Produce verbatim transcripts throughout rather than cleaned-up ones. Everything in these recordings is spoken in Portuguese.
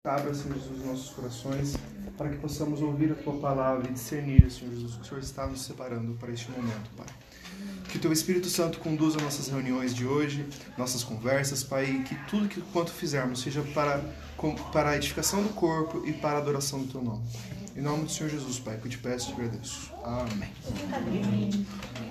Abra, Senhor Jesus, os nossos corações, para que possamos ouvir a Tua palavra e discernir, Senhor Jesus, o que o Senhor está nos separando para este momento, Pai. Que o Teu Espírito Santo conduza nossas reuniões de hoje, nossas conversas, Pai, e que tudo que quanto fizermos seja para, para a edificação do corpo e para a adoração do Teu nome. Em nome do Senhor Jesus, Pai, que eu te peço e te agradeço. Amém. Amém.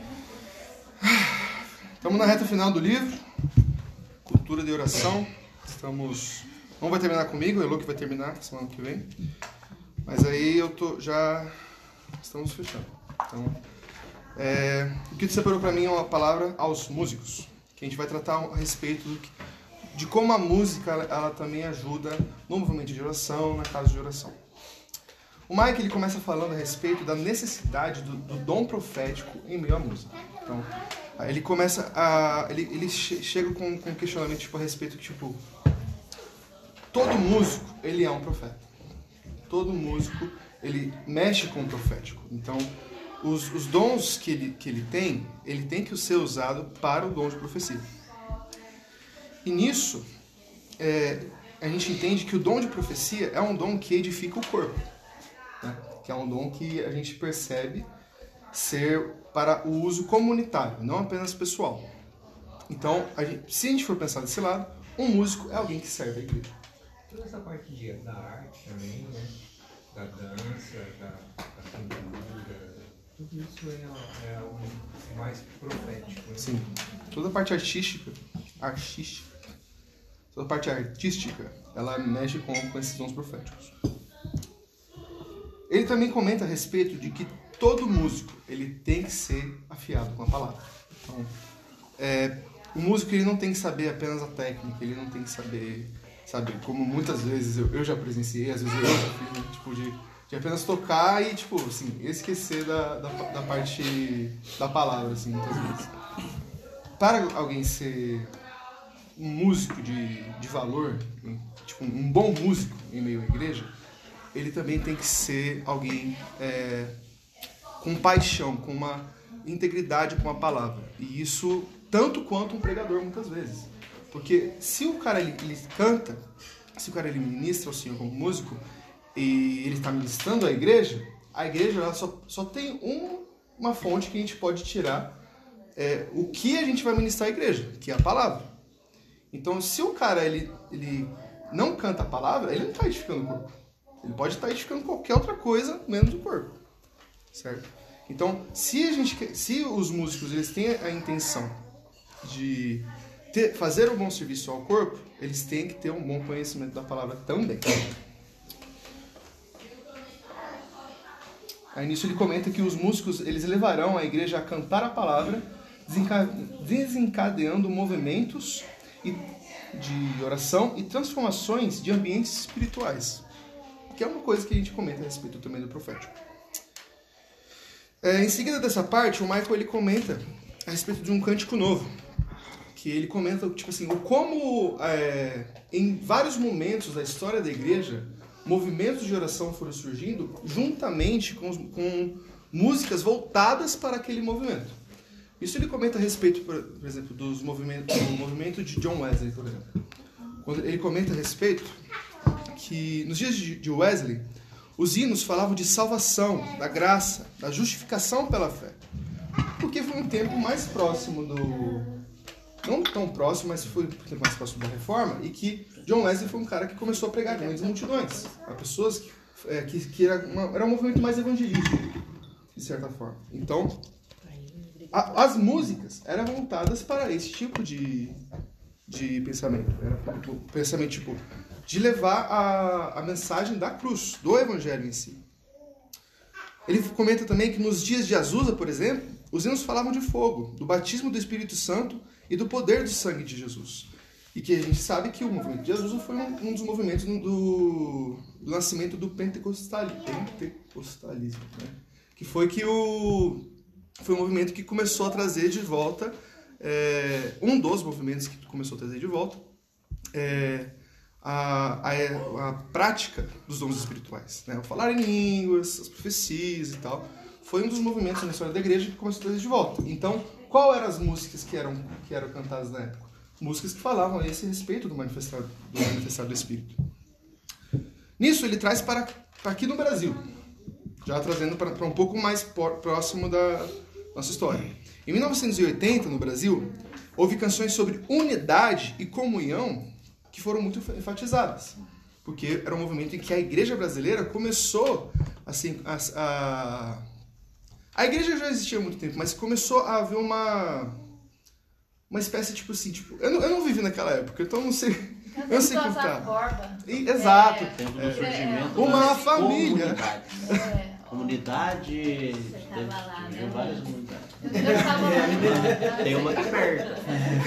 Estamos na reta final do livro, Cultura de Oração. Estamos... Não vai terminar comigo, o Elo que vai terminar semana que vem. Mas aí eu tô já... Estamos fechando. Então, é... o que separou para mim é uma palavra aos músicos. Que a gente vai tratar a respeito do que... de como a música ela também ajuda no movimento de oração, na casa de oração. O Mike ele começa falando a respeito da necessidade do, do dom profético em meio à música. Então, aí ele começa a... Ele, ele chega com, com um questionamento tipo, a respeito tipo... Todo músico, ele é um profeta. Todo músico, ele mexe com o profético. Então, os, os dons que ele, que ele tem, ele tem que ser usado para o dom de profecia. E nisso, é, a gente entende que o dom de profecia é um dom que edifica o corpo. Né? Que é um dom que a gente percebe ser para o uso comunitário, não apenas pessoal. Então, a gente, se a gente for pensar desse lado, um músico é alguém que serve a igreja. Toda essa parte de, da arte também, né? Da dança, da, da pintura, tudo isso é, é algo mais profético. Né? Sim, toda a parte artística, artística, toda a parte artística, ela mexe com, com esses dons proféticos. Ele também comenta a respeito de que todo músico ele tem que ser afiado com a palavra. Então, é, o músico ele não tem que saber apenas a técnica, ele não tem que saber... Sabe, como muitas vezes eu, eu já presenciei, às vezes eu já fiz, né? Tipo, de, de apenas tocar e, tipo, assim, esquecer da, da, da parte da palavra, assim, muitas vezes. Para alguém ser um músico de, de valor, tipo, um bom músico em meio à igreja, ele também tem que ser alguém é, com paixão, com uma integridade com a palavra. E isso, tanto quanto um pregador, muitas vezes. Porque se o cara ele, ele canta, se o cara ele ministra ao Senhor como músico, e ele está ministrando a igreja, a igreja ela só, só tem um, uma fonte que a gente pode tirar é, o que a gente vai ministrar à igreja, que é a palavra. Então, se o cara ele, ele não canta a palavra, ele não está edificando o corpo. Ele pode estar edificando qualquer outra coisa menos o corpo. Certo? Então, se, a gente, se os músicos eles têm a intenção de... Ter, fazer um bom serviço ao corpo, eles têm que ter um bom conhecimento da palavra também. Aí nisso ele comenta que os músicos eles levarão a igreja a cantar a palavra, desencadeando movimentos de oração e transformações de ambientes espirituais. Que é uma coisa que a gente comenta a respeito também do profético. É, em seguida dessa parte, o Michael ele comenta a respeito de um cântico novo. Que ele comenta, tipo assim, o como é, em vários momentos da história da igreja, movimentos de oração foram surgindo juntamente com, com músicas voltadas para aquele movimento. Isso ele comenta a respeito, por, por exemplo, dos movimentos, do movimento de John Wesley, por exemplo. Quando ele comenta a respeito que nos dias de Wesley, os hinos falavam de salvação, da graça, da justificação pela fé. Porque foi um tempo mais próximo do... não tão próximo, mas foi mais próximo da Reforma, e que John Wesley foi um cara que começou a pregar grandes multidões, a pessoas que, é, que, que era, uma, era um movimento mais evangelístico, de certa forma. Então, a, as músicas eram voltadas para esse tipo de, de pensamento, era o pensamento tipo, de levar a, a mensagem da cruz, do evangelho em si. Ele comenta também que nos dias de Azusa, por exemplo, os hinos falavam de fogo, do batismo do Espírito Santo e do poder do sangue de Jesus. E que a gente sabe que o movimento de Azusa foi um, um dos movimentos do, do nascimento do pentecostali, pentecostalismo. Né? Que foi que o, foi um movimento que começou a trazer de volta, é, um dos movimentos que começou a trazer de volta, é, a, a, a prática dos dons espirituais. Né? O falar em línguas, as profecias e tal. Foi um dos movimentos na história da igreja que começou a trazer de volta. Então, qual eram as músicas que eram, que eram cantadas na época? Músicas que falavam a esse respeito do manifestar do, manifestar do Espírito. Nisso ele traz para, para aqui no Brasil, já trazendo para, para um pouco mais por, próximo da nossa história. Em mil novecentos e oitenta, no Brasil, houve canções sobre unidade e comunhão que foram muito enfatizadas, porque era um movimento em que a igreja brasileira começou, assim, a, a, a igreja já existia há muito tempo, mas começou a haver uma, uma espécie, tipo assim, tipo, eu não, eu não vivi naquela época, então eu não sei, eu não sei contar. E, exato. É, tempo do surgimento uma das família. Comunidades. É. Comunidade, Você tava lá, tem né? várias comunidades. Eu tava lá. Tem uma aqui perto.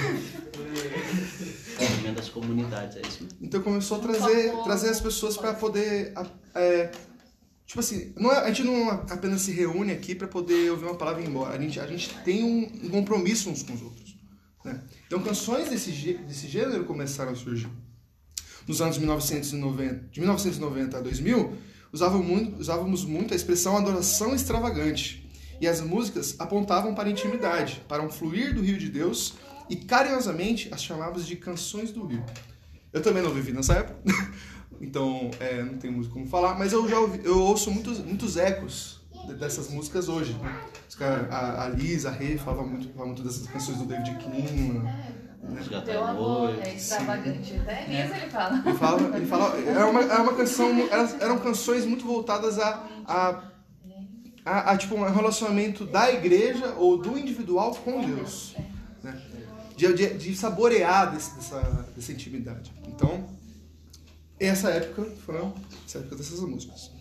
Movimento das comunidades, é isso mesmo. Então começou a trazer, trazer as pessoas para poder, é, tipo assim, não é, a gente não apenas se reúne aqui para poder ouvir uma palavra e ir embora. A gente, a gente tem um, um compromisso uns com os outros, né? Então canções desse, desse gênero começaram a surgir. Nos anos mil novecentos e noventa, de mil novecentos e noventa a dois mil, usavam muito, usávamos muito a expressão adoração extravagante. E as músicas apontavam para a intimidade, para um fluir do rio de Deus, e carinhosamente as chamávamos de canções do rio. Eu também não vivi nessa época, então é, não tenho muito como falar, mas eu já ouvi, eu ouço muitos, muitos ecos dessas músicas hoje. A, a Liz, a Rê falavam muito, falava muito dessas canções do David Keelan. Né? Teu amor é extravagante. Até nisso ele fala. Ele fala, ele fala é uma, é uma canção, eram, eram canções muito voltadas a, a, a, a tipo, um relacionamento da igreja ou do individual com Deus, né? De, de, de saborear desse, dessa, dessa intimidade. Então, essa época foi essa época dessas músicas.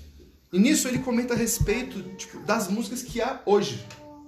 E nisso ele comenta a respeito, tipo, das músicas que há hoje,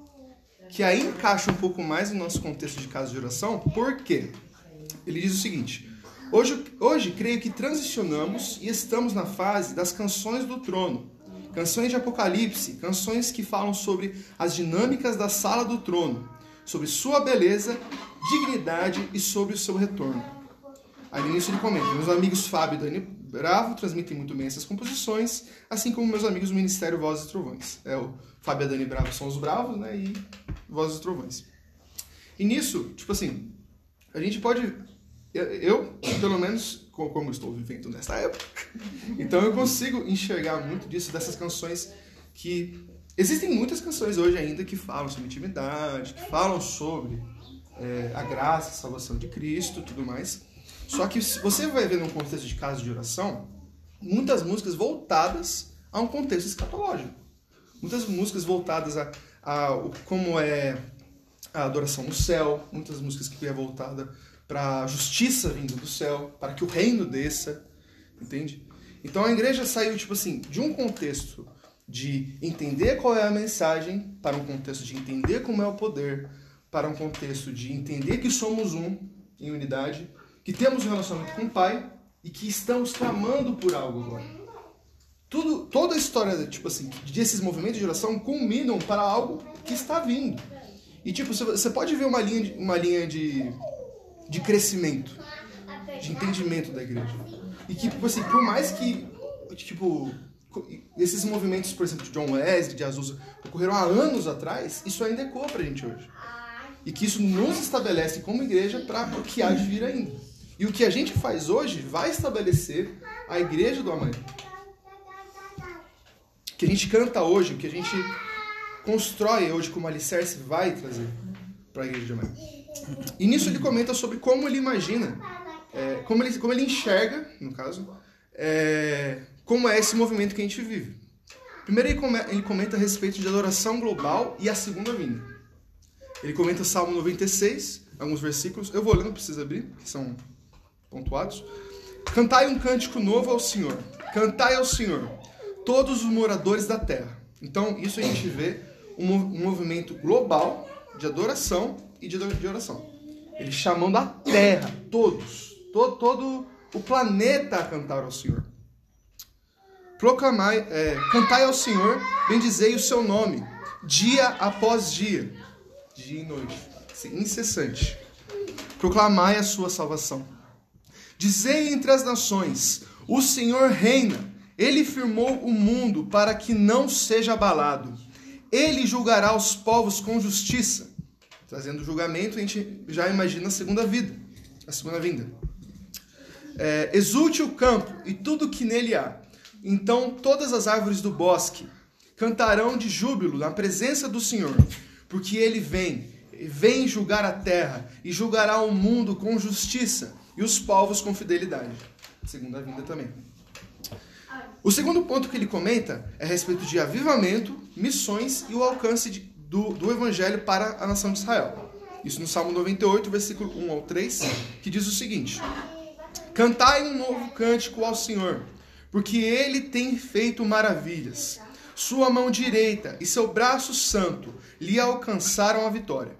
que aí encaixa um pouco mais no nosso contexto de casa de oração. Por quê? Ele diz o seguinte: hoje, hoje creio que transicionamos e estamos na fase das canções do trono, canções de Apocalipse, canções que falam sobre as dinâmicas da sala do trono, sobre sua beleza, dignidade e sobre o seu retorno. Aí no início ele comenta: meus amigos Fábio e Dani Bravo transmitem muito bem essas composições, assim como meus amigos do Ministério Vozes e Trovões. É, o Fábio e a Dani Bravo são os bravos, né, e Vozes e Trovões. E nisso, tipo assim, a gente pode... Eu, eu pelo menos, como eu estou vivendo nessa época, então eu consigo enxergar muito disso, dessas canções que... Existem muitas canções hoje ainda que falam sobre intimidade, que falam sobre é, a graça, a salvação de Cristo e tudo mais. Só que se você vai ver num contexto de casa de oração, muitas músicas voltadas a um contexto escatológico. Muitas músicas voltadas a, a como é a adoração no céu, muitas músicas que é voltada para a justiça vindo do céu, para que o reino desça, entende? Então a igreja saiu, tipo assim, de um contexto de entender qual é a mensagem, para um contexto de entender como é o poder, para um contexto de entender que somos um, em unidade, que temos um relacionamento com o Pai e que estamos clamando por algo agora. Tudo, toda a história, tipo assim, desses movimentos de oração culminam para algo que está vindo. E tipo, você pode ver uma linha de, uma linha de, de crescimento, de entendimento da igreja. E que, tipo assim, por mais que, tipo, esses movimentos, por exemplo, de John Wesley, de Azusa, ocorreram há anos atrás, isso ainda ecoa pra gente hoje. E que isso nos estabelece como igreja para o que há de vir ainda. E o que a gente faz hoje vai estabelecer a igreja do amanhã. O que a gente canta hoje, o que a gente constrói hoje como alicerce vai trazer para a igreja de amanhã. E nisso ele comenta sobre como ele imagina, é, como, ele, como ele enxerga, no caso, é, como é esse movimento que a gente vive. Primeiro ele comenta, ele comenta a respeito de adoração global e a segunda vinda. Ele comenta Salmo noventa e seis, alguns versículos. Eu vou ler, não precisa abrir, que são pontuados. Cantai um cântico novo ao Senhor. Cantai ao Senhor, todos os moradores da terra. Então, isso a gente vê um, um movimento global de adoração e de, de oração. Ele chamando a terra, todos, todo, todo o planeta a cantar ao Senhor. Proclamai, é, cantai ao Senhor, bendizei o seu nome, dia após dia. Dia e noite, incessante. Proclamai a sua salvação. Dizei entre as nações: o Senhor reina. Ele firmou o mundo para que não seja abalado. Ele julgará os povos com justiça. Trazendo julgamento, a gente já imagina a segunda vida, a segunda vinda. É, exulte o campo e tudo que nele há. Então todas as árvores do bosque cantarão de júbilo na presença do Senhor, porque ele vem, vem julgar a terra e julgará o mundo com justiça e os povos com fidelidade. Segunda vinda também. O segundo ponto que ele comenta é a respeito de avivamento, missões e o alcance de, do, do evangelho para a nação de Israel. Isso no Salmo noventa e oito, versículo um ao três, que diz o seguinte: cantai um novo cântico ao Senhor, porque ele tem feito maravilhas. Sua mão direita e seu braço santo lhe alcançaram a vitória.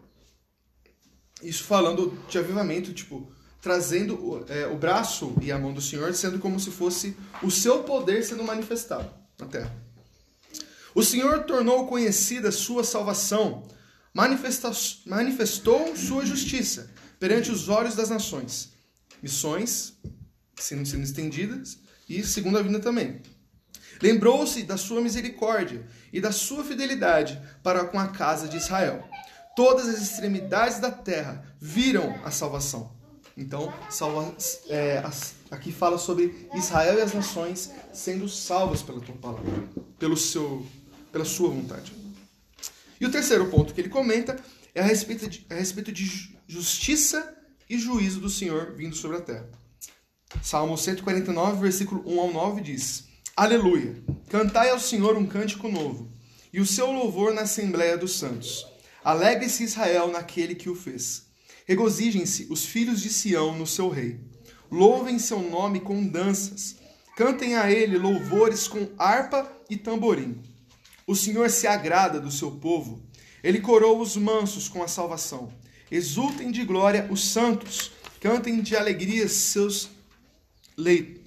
Isso falando de avivamento, tipo, trazendo é, o braço e a mão do Senhor, sendo como se fosse o seu poder sendo manifestado na terra. O Senhor tornou conhecida sua salvação, manifestou, manifestou sua justiça perante os olhos das nações. Missões sendo, sendo estendidas e segunda vinda também. Lembrou-se da sua misericórdia e da sua fidelidade para com a casa de Israel. Todas as extremidades da terra viram a salvação. Então, salva, é, aqui fala sobre Israel e as nações sendo salvas pela tua palavra, pelo seu, pela sua vontade. E o terceiro ponto que ele comenta é a respeito de, a respeito de justiça e juízo do Senhor vindo sobre a terra. Salmo cento e quarenta e nove, versículo um ao nove diz: Aleluia! Cantai ao Senhor um cântico novo, e o seu louvor na Assembleia dos Santos. Alegre-se Israel naquele que o fez. Regozijem-se os filhos de Sião no seu rei. Louvem seu nome com danças. Cantem a ele louvores com harpa e tamborim. O Senhor se agrada do seu povo. Ele coroa os mansos com a salvação. Exultem de glória os santos. Cantem de alegria seus leitos.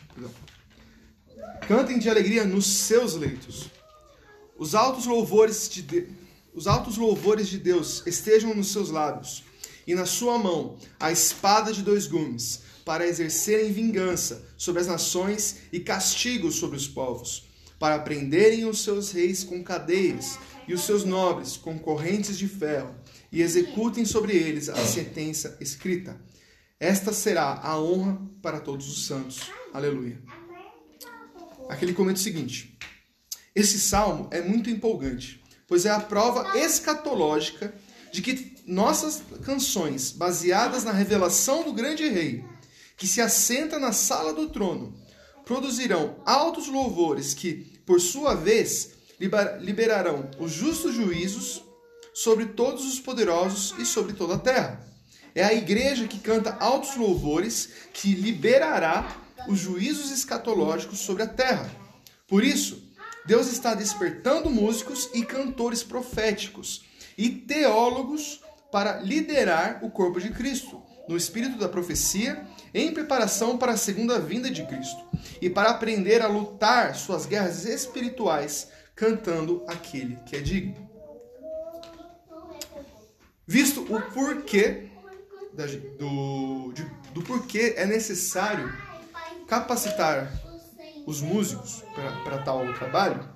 Cantem de alegria nos seus leitos. Os altos louvores de, de... Os altos louvores de Deus estejam nos seus lábios, e na sua mão a espada de dois gumes, para exercerem vingança sobre as nações e castigo sobre os povos, para prenderem os seus reis com cadeias e os seus nobres com correntes de ferro, e executem sobre eles a sentença escrita. Esta será a honra para todos os santos. Aleluia. Aqui ele comenta o seguinte: esse salmo é muito empolgante, pois é a prova escatológica de que nossas canções, baseadas na revelação do grande rei, que se assenta na sala do trono, produzirão altos louvores que, por sua vez, liberarão os justos juízos sobre todos os poderosos e sobre toda a terra. É a igreja que canta altos louvores que liberará os juízos escatológicos sobre a terra. Por isso, Deus está despertando músicos e cantores proféticos e teólogos para liderar o corpo de Cristo, no espírito da profecia, em preparação para a segunda vinda de Cristo, e para aprender a lutar suas guerras espirituais, cantando aquele que é digno. Visto o porquê, do, de, do porquê é necessário capacitar os músicos para tal trabalho,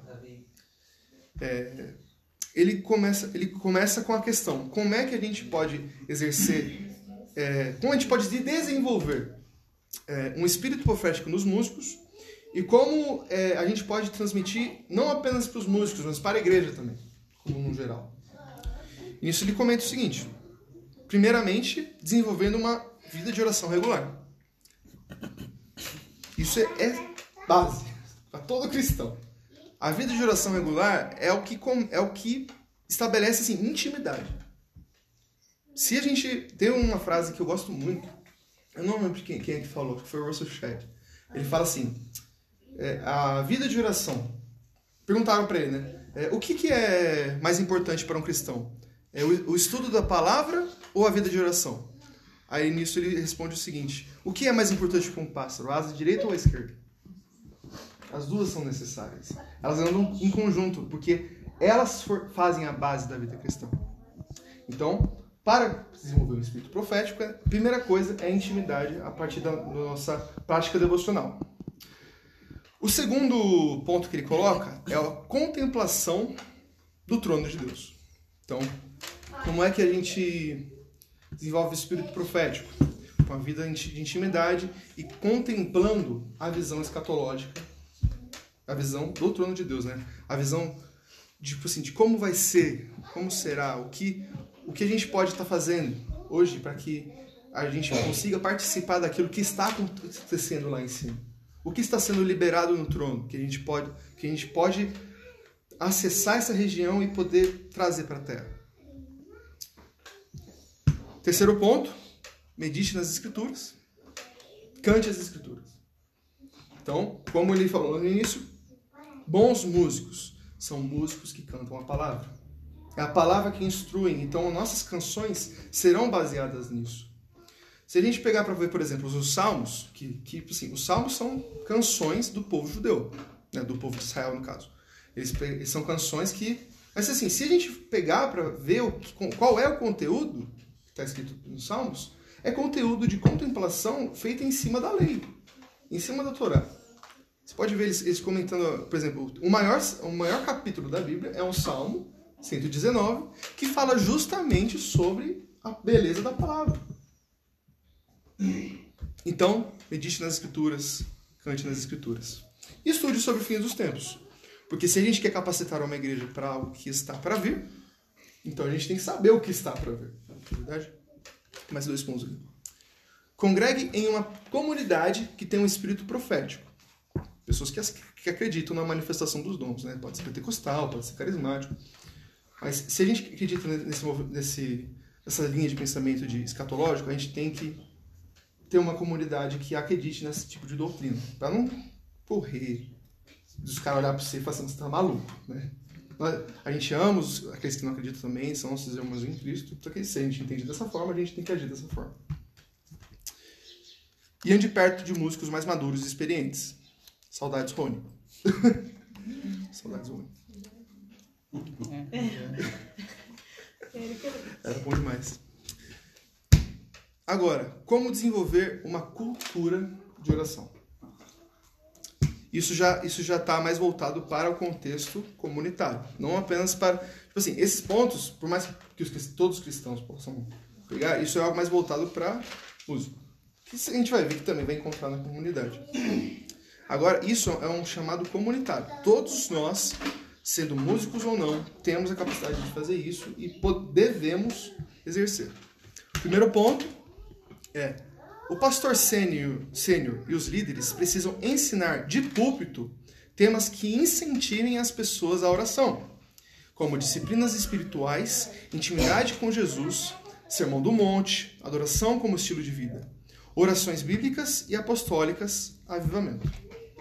é, ele, começa, ele começa com a questão: como é que a gente pode exercer, é, como a gente pode desenvolver é, um espírito profético nos músicos, e como é, a gente pode transmitir não apenas para os músicos, mas para a igreja também, como no geral. E nisso ele comenta o seguinte: primeiramente, desenvolvendo uma vida de oração regular. Isso é, é base para todo cristão. A vida de oração regular é o que, é o que estabelece assim, intimidade. Se a gente tem uma frase que eu gosto muito, eu não lembro quem, quem é que falou, que foi o Russell Shedd. Ele fala assim: é, a vida de oração. Perguntaram para ele, né? É, o que, que é mais importante para um cristão? É o, o estudo da palavra ou a vida de oração? Aí nisso ele responde o seguinte: o que é mais importante para um pássaro, a asa direita ou a esquerda? As duas são necessárias. Elas andam em conjunto, porque elas for, fazem a base da vida cristã. Então, para desenvolver um espírito profético, a primeira coisa é a intimidade a partir da, da nossa prática devocional. O segundo ponto que ele coloca é a contemplação do trono de Deus. Então, como é que a gente desenvolve o espírito profético? com a vida de intimidade e contemplando a visão escatológica, a visão do trono de Deus, né? A visão de, tipo assim, de como vai ser, como será, o que, o que a gente pode estar fazendo hoje para que a gente consiga participar daquilo que está acontecendo lá em cima. O que está sendo liberado no trono, que a gente pode, que a gente pode acessar essa região e poder trazer para a Terra. Terceiro ponto, medite nas Escrituras, cante as Escrituras. Então, como ele falou no início, bons músicos são músicos que cantam a palavra. É a palavra que instrui, então nossas canções serão baseadas nisso. Se a gente pegar para ver, por exemplo, os salmos, que, que assim, os salmos são canções do povo judeu, né, do povo de Israel, no caso. Eles, eles são canções que... Mas assim, se a gente pegar para ver o, qual é o conteúdo que está escrito nos salmos, é conteúdo de contemplação feita em cima da lei, em cima da Torá. Você pode ver eles, eles comentando, por exemplo, o maior, o maior capítulo da Bíblia é o Salmo cento e dezenove, que fala justamente sobre a beleza da palavra. Então, medite nas Escrituras, cante nas Escrituras. E estude sobre o fim dos tempos. Porque se a gente quer capacitar uma igreja para algo que está para vir, então a gente tem que saber o que está para vir. Não é verdade? Mais dois pontos aqui. Congregue em uma comunidade que tem um espírito profético. Pessoas que, que acreditam na manifestação dos dons, né? Pode ser pentecostal, pode ser carismático. Mas se a gente acredita nesse, nesse, nessa linha de pensamento de escatológico, a gente tem que ter uma comunidade que acredite nesse tipo de doutrina. Para não correr dos caras olhar para você e falar assim, você está maluco, né? A gente ama os, aqueles que não acreditam também, são nossos irmãos em Cristo, só que se a gente entende dessa forma, a gente tem que agir dessa forma. E ande perto de músicos mais maduros e experientes. Saudades, Rony. Saudades, Rony. Era bom demais. Agora, como desenvolver uma cultura de oração? Isso já isso já está mais voltado para o contexto comunitário, não apenas para... Tipo assim, esses pontos, por mais que os, todos os cristãos possam pegar, isso é algo mais voltado para música. Que a gente vai ver que também vai encontrar na comunidade. Agora, isso é um chamado comunitário. Todos nós, sendo músicos ou não, temos a capacidade de fazer isso e devemos exercer. O primeiro ponto é: o pastor sênior, sênior e os líderes precisam ensinar de púlpito temas que incentivem as pessoas à oração, como disciplinas espirituais, intimidade com Jesus, sermão do monte, adoração como estilo de vida, orações bíblicas e apostólicas, avivamento.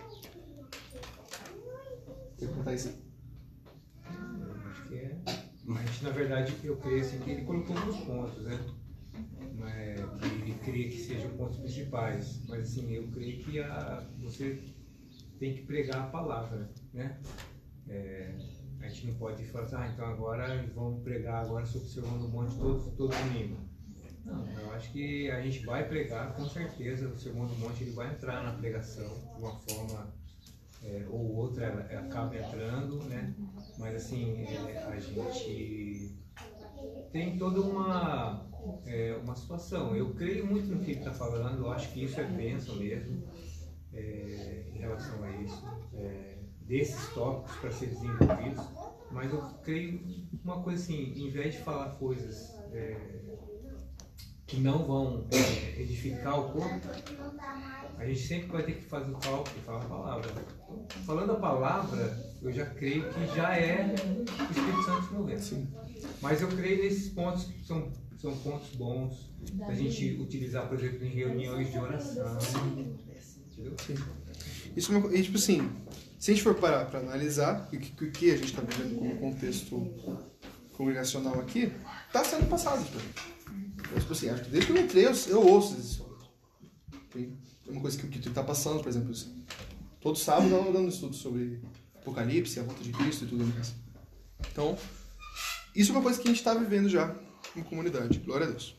Quer contar isso? Acho que é. A gente, na verdade, eu creio assim, que ele colocou alguns pontos, né? Mas, ele creio que sejam pontos principais. Mas, assim, eu creio que a, você tem que pregar a palavra, né? É, a gente não pode falar assim, ah, então agora vamos pregar agora sobre o Sermão do Monte todo, todo domingo. Não, eu acho que a gente vai pregar, com certeza, o Sermão do Monte ele vai entrar na pregação de uma forma é, ou outra, ela, ela acaba entrando, né? Mas assim, é, a gente tem toda uma, é, uma situação. Eu creio muito no que ele está falando, eu acho que isso é bênção mesmo, é, em relação a isso, é, desses tópicos para serem desenvolvidos, mas eu creio uma coisa assim, em vez de falar coisas é, que não vão é, edificar o corpo, a gente sempre vai ter que fazer o palco e falar a palavra. Então, falando a palavra, eu já creio que já é o Espírito Santo se movendo. Sim. Mas eu creio nesses pontos que são, são pontos bons a gente utilizar, por exemplo, em reuniões de oração. Entendeu? Sim. Isso é uma, e, tipo assim, se a gente for parar para analisar o que, que a gente está vivendo como contexto congregacional aqui, está sendo passado por então, tipo assim, acho que desde que eu entrei, eu, eu ouço isso. Tem uma coisa que o Kito está passando, por exemplo, assim, todo sábado eu estava dando estudo sobre Apocalipse, a volta de Cristo e tudo mais. Então, isso é uma coisa que a gente está vivendo já como comunidade. Glória a Deus.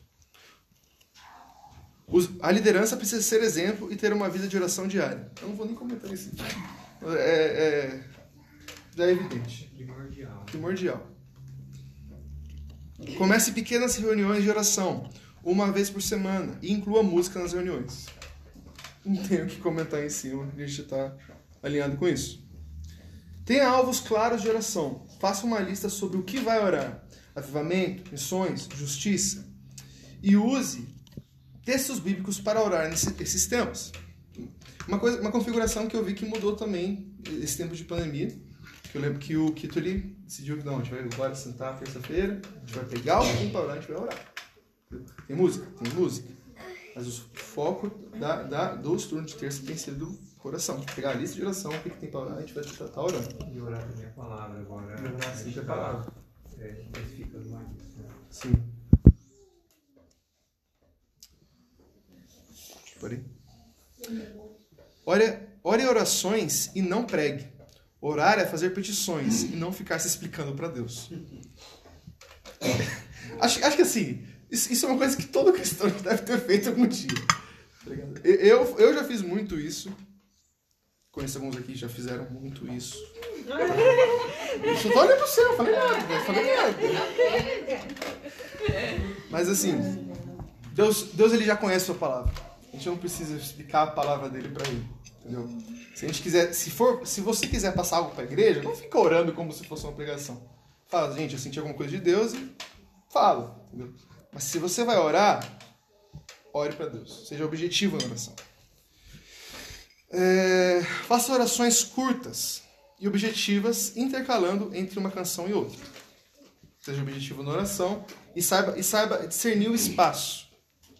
Os, a liderança precisa ser exemplo e ter uma vida de oração diária. Eu não vou nem comentar isso. É, é, já é evidente. Primordial. Primordial. Comece pequenas reuniões de oração. uma vez por semana e inclua música nas reuniões. Não tenho o que comentar em cima, a gente está alinhado com isso. Tenha alvos claros de oração. Faça uma lista sobre o que vai orar. Avivamento, missões, justiça. E use textos bíblicos para orar nesse, nesses temas. Uma, coisa, uma configuração que eu vi que mudou também esse tempo de pandemia. Que eu lembro que o Kito ali decidiu que não, a gente vai agora sentar terça-feira, a gente vai pegar o tempo para orar, a gente vai orar. Tem música? Tem música. Mas o foco da, da, dos turnos de terça tem sido oração. Pegar a lista de oração, o que, que tem para orar, a gente vai estar tá orando. E orar também a palavra agora. E orar sempre a tá, palavra. É, especificando mais isso, né? Sim. Peraí. Ore, ore orações e não pregue. Orar é fazer petições e não ficar se explicando para Deus. acho, acho que assim, isso, isso é uma coisa que todo cristão deve ter feito algum dia. Eu, eu já fiz muito isso. Conheço alguns aqui que já fizeram muito isso. Eu só tô olhando pro céu, falei nada, eu falei nada. Mas assim, Deus, Deus ele já conhece a sua palavra. A gente não precisa explicar a palavra dele para ele, entendeu? Se a gente quiser, se for, se você quiser passar algo para a igreja, não fica orando como se fosse uma pregação. Fala, gente, eu senti alguma coisa de Deus e fala, entendeu? Mas se você vai orar, ore para Deus. Seja objetivo na oração. É, faça orações curtas e objetivas, intercalando entre uma canção e outra. Seja objetivo na oração e saiba, e saiba discernir o espaço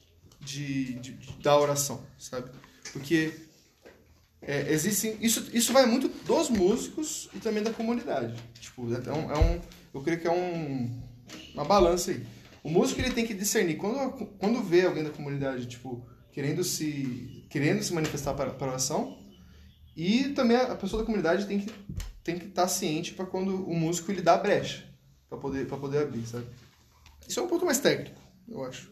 de, de, de, da oração, sabe? Porque é, existem, isso, isso vai muito dos músicos e também da comunidade. Tipo, é um, é um, eu creio que é um, uma balança aí. O músico ele tem que discernir quando, quando vê alguém da comunidade tipo, querendo, se, querendo se manifestar para, para a oração, e também a pessoa da comunidade tem que, tem que estar ciente para quando o músico ele dá brecha para poder, para poder abrir, sabe? Isso é um pouco mais técnico, eu acho.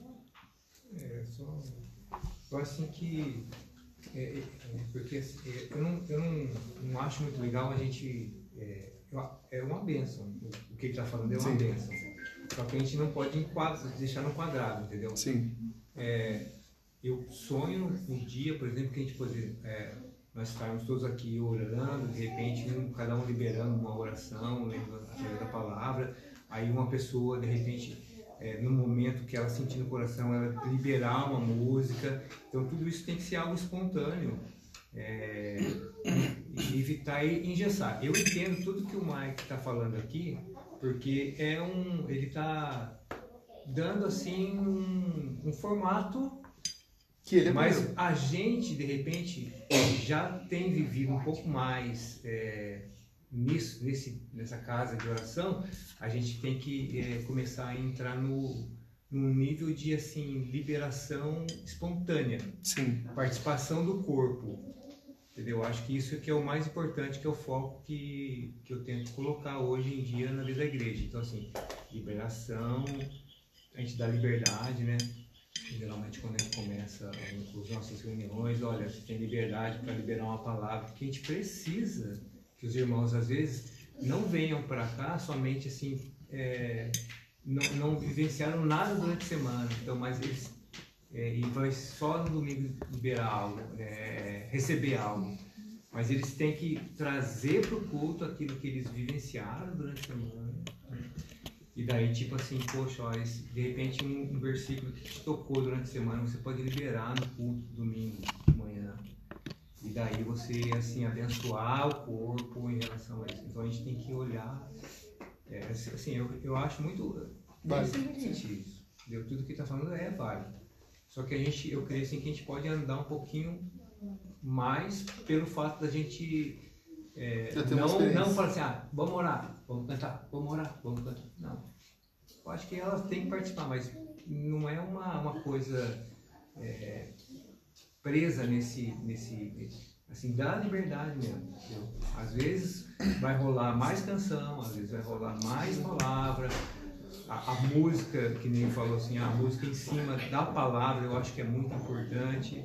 É, só, só assim que... É, é, porque é, eu, não, eu não, não acho muito legal a gente... É, é uma bênção, o que ele está falando é uma Sim. bênção. Só que a gente não pode enquadrar, deixar no quadrado, entendeu? Sim. É, eu sonho um dia, por exemplo, que a gente poder... É, nós estarmos todos aqui orando, de repente um, cada um liberando uma oração, lembrando através da palavra, aí uma pessoa, de repente, é, no momento que ela sentir no coração, ela liberar uma música. Então tudo isso tem que ser algo espontâneo, é, e evitar engessar. Eu entendo tudo que o Mike está falando aqui, porque é um, ele está dando assim um, um formato. Que ele é Mas primeiro. a gente, de repente, já tem vivido um pouco mais é, nisso, nesse, nessa casa de oração. A gente tem que é, começar a entrar no, no nível de assim, liberação espontânea. Sim. Participação do corpo. Entendeu? Acho que isso que é o mais importante, que é o foco que, que eu tento colocar hoje em dia na vida da igreja. Então, assim, liberação, a gente dá liberdade, né? Geralmente quando a gente começa as nossas reuniões, olha, você tem liberdade para liberar uma palavra, porque a gente precisa que os irmãos às vezes não venham para cá somente assim, é, não, não vivenciaram nada durante a semana, então, mas eles é, e vai só no domingo liberar algo, é, receber algo, mas eles têm que trazer para o culto aquilo que eles vivenciaram durante a semana. E daí, tipo assim, poxa, ó, esse, de repente um, um versículo que te tocou durante a semana, você pode liberar no culto domingo de manhã. E daí você, assim, abençoar o corpo em relação a isso. Então a gente tem que olhar, é, assim, eu, eu acho muito... Vale. Isso, entendeu? Tudo que está falando é válido. Só que a gente, eu creio assim, que a gente pode andar um pouquinho mais pelo fato da gente... É, não, não falar assim, ah, vamos orar, vamos cantar, vamos orar, vamos cantar. Não. Eu acho que elas têm que participar, mas não é uma, uma coisa é, presa nesse, nesse. Assim, dá liberdade mesmo. Entendeu? Às vezes vai rolar mais canção, às vezes vai rolar mais palavra. A, a música, que nem falou assim, a música em cima da palavra, eu acho que é muito importante.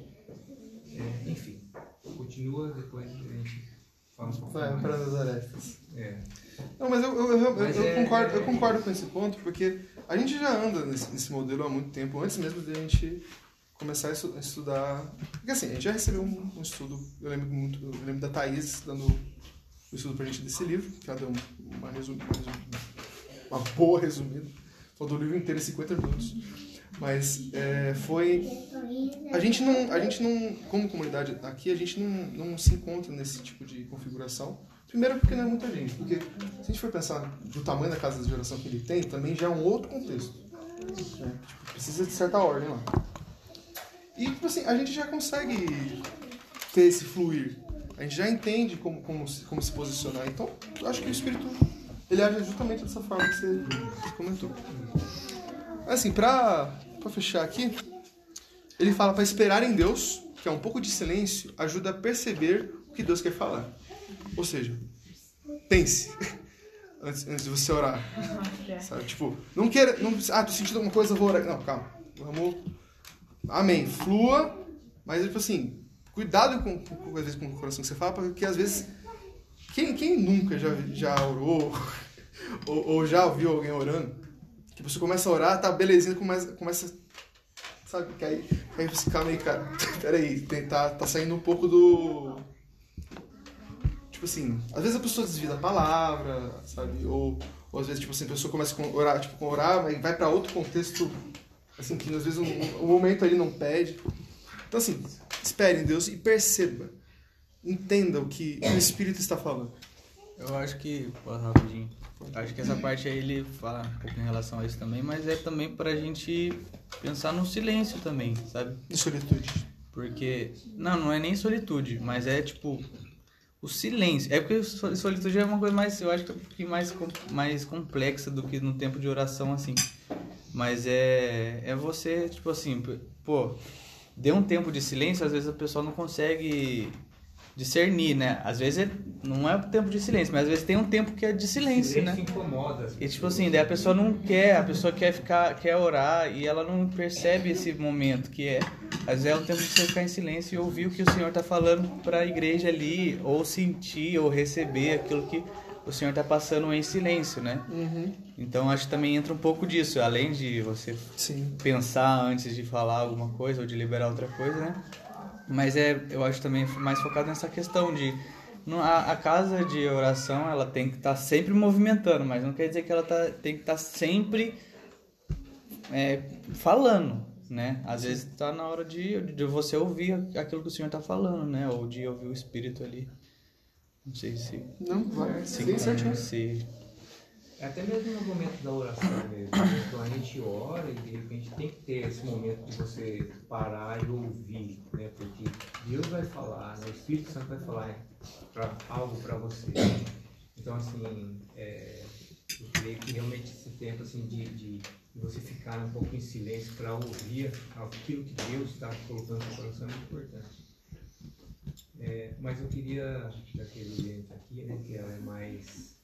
É, enfim, continua depois a gente. Vai para as arestas. É. Não, mas eu, eu, eu, mas eu, é, concordo, é, eu concordo com esse ponto, porque a gente já anda nesse, nesse modelo há muito tempo, antes mesmo de a gente começar a estudar. Porque assim, a gente já recebeu um, um estudo, eu lembro muito, eu lembro da Thaís dando o estudo pra gente desse livro, que ela deu uma, resum, uma boa resumida. Falou do livro inteiro em cinquenta minutos. Mas é, foi. A gente não. A gente não. Como comunidade aqui, a gente não, não se encontra nesse tipo de configuração. Primeiro porque não é muita gente. Porque se a gente for pensar do tamanho da casa de oração que ele tem, também já é um outro contexto. É, tipo, precisa de certa ordem lá. E tipo assim, a gente já consegue ter esse fluir. A gente já entende como, como, como se posicionar. Então, eu acho que o Espírito ele age justamente dessa forma que você, você comentou. Assim, pra, pra fechar aqui, ele fala para esperar em Deus, que é um pouco de silêncio, ajuda a perceber o que Deus quer falar. Ou seja, pense antes, antes de você orar. Sabe? Tipo, não queira... Não, ah, tô sentindo alguma coisa, vou orar. Não, calma. Vamos... Amém. Flua, mas tipo assim, cuidado com, com, às vezes, com o coração que você fala, porque às vezes... Quem, quem nunca já, já orou ou, ou já ouviu alguém orando? Que você começa a orar, tá belezinha, começa, começa sabe, que aí, aí você calma aí, cara, peraí, tá, tá saindo um pouco do, tipo assim, às vezes a pessoa desvia da palavra, sabe, ou, ou às vezes, tipo assim, a pessoa começa a orar, tipo, com orar, mas vai pra outro contexto, assim, que às vezes o, o momento ali não pede. Então assim, espere em Deus e perceba, entenda o que o Espírito está falando. Eu acho que, pô, rapidinho, acho que essa parte aí ele fala um pouco em relação a isso também, mas é também pra gente pensar no silêncio também, sabe? Em solitude. Porque, não, não é nem solitude, mas é tipo, o silêncio. É porque solitude é uma coisa mais, eu acho que é um pouquinho mais, mais complexa do que no tempo de oração, assim. Mas é, é você, tipo assim, pô, dê um tempo de silêncio, às vezes a pessoa não consegue discernir, né? Às vezes é, não é o tempo de silêncio, mas às vezes tem um tempo que é de silêncio, silêncio né? incomoda. E tipo assim, daí a pessoa não quer, a pessoa quer ficar, quer orar e ela não percebe esse momento que é. Às vezes é o tempo de você ficar em silêncio e ouvir o que o Senhor está falando para a igreja ali, ou sentir, ou receber aquilo que o Senhor está passando em silêncio, né? Uhum. Então acho que também entra um pouco disso, além de você Sim. pensar antes de falar alguma coisa ou de liberar outra coisa, né? Mas é, eu acho também mais focado nessa questão de a, a casa de oração ela tem que estar tá sempre movimentando, mas não quer dizer que ela tá, tem que estar tá sempre é, falando, né? Às vezes está na hora de, de você ouvir aquilo que o Senhor está falando, né? Ou de ouvir o Espírito ali. Não sei se... Não, vai. Se, Bem certinho. se, Até mesmo no momento da oração mesmo, né? Então a gente ora e de repente tem que ter esse momento de você parar e ouvir, né? Porque Deus vai falar, né? O Espírito Santo vai falar pra, algo para você. Então assim, é, eu creio que realmente esse tempo assim, de, de, de você ficar um pouco em silêncio para ouvir aquilo que Deus está colocando no seu coração é muito importante. É, mas eu queria, daquele ambiente aqui, né? Que ela é mais...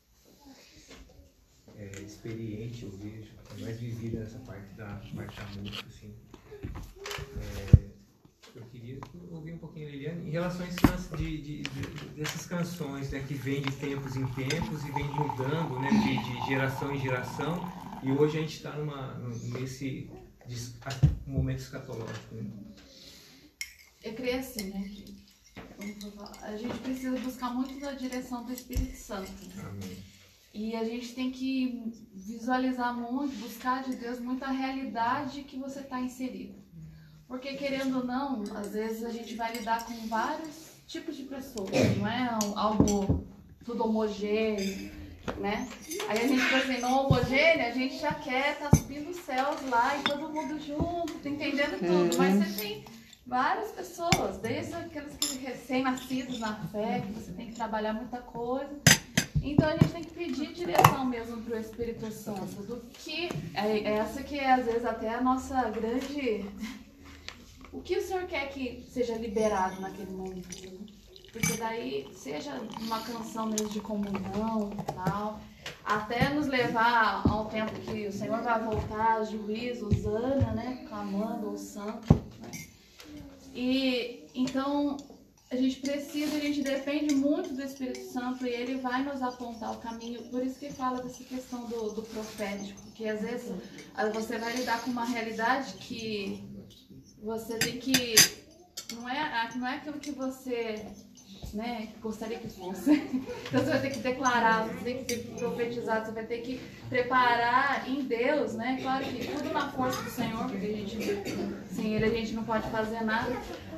É, experiente, eu vejo, é mais vivida nessa parte da, parte da música, assim. É, eu queria ouvir um pouquinho, Liliane, em relação a esse de, de, de, dessas canções, né, que vêm de tempos em tempos e vêm mudando, né, de, de geração em geração, e hoje a gente está nesse de, um momento escatológico. Né? Eu creio assim, né, que a gente precisa buscar muito da direção do Espírito Santo. Amém. E a gente tem que visualizar muito, buscar de Deus muito a realidade que você está inserido. Porque, querendo ou não, às vezes a gente vai lidar com vários tipos de pessoas, não é algo tudo homogêneo, né? Aí a gente pensa assim, não homogêneo, a gente já quer estar tá subindo os céus lá e todo mundo junto, tá entendendo tudo. Mas você tem várias pessoas, desde aqueles que recém-nascidos na fé, que você tem que trabalhar muita coisa. Então a gente tem que pedir direção mesmo para o Espírito Santo, do que é essa que é às vezes até a nossa grande... O que o Senhor quer que seja liberado naquele momento, né? Porque daí, seja uma canção mesmo de comunhão e tal, até nos levar ao tempo que o Senhor vai voltar, juízo, Osana, né? Clamando, o santo, né? E então... A gente precisa, a gente depende muito do Espírito Santo Santo, e ele vai nos apontar o caminho. Por isso que fala dessa questão do, do profético, porque às vezes você vai lidar com uma realidade que você tem que... Não é, não é aquilo que você... né, gostaria que fosse. Então você vai ter que declarar, você tem que ter profetizado, você vai ter que preparar em Deus, né? Claro que tudo na força do Senhor, porque a gente, sem Ele a gente não pode fazer nada.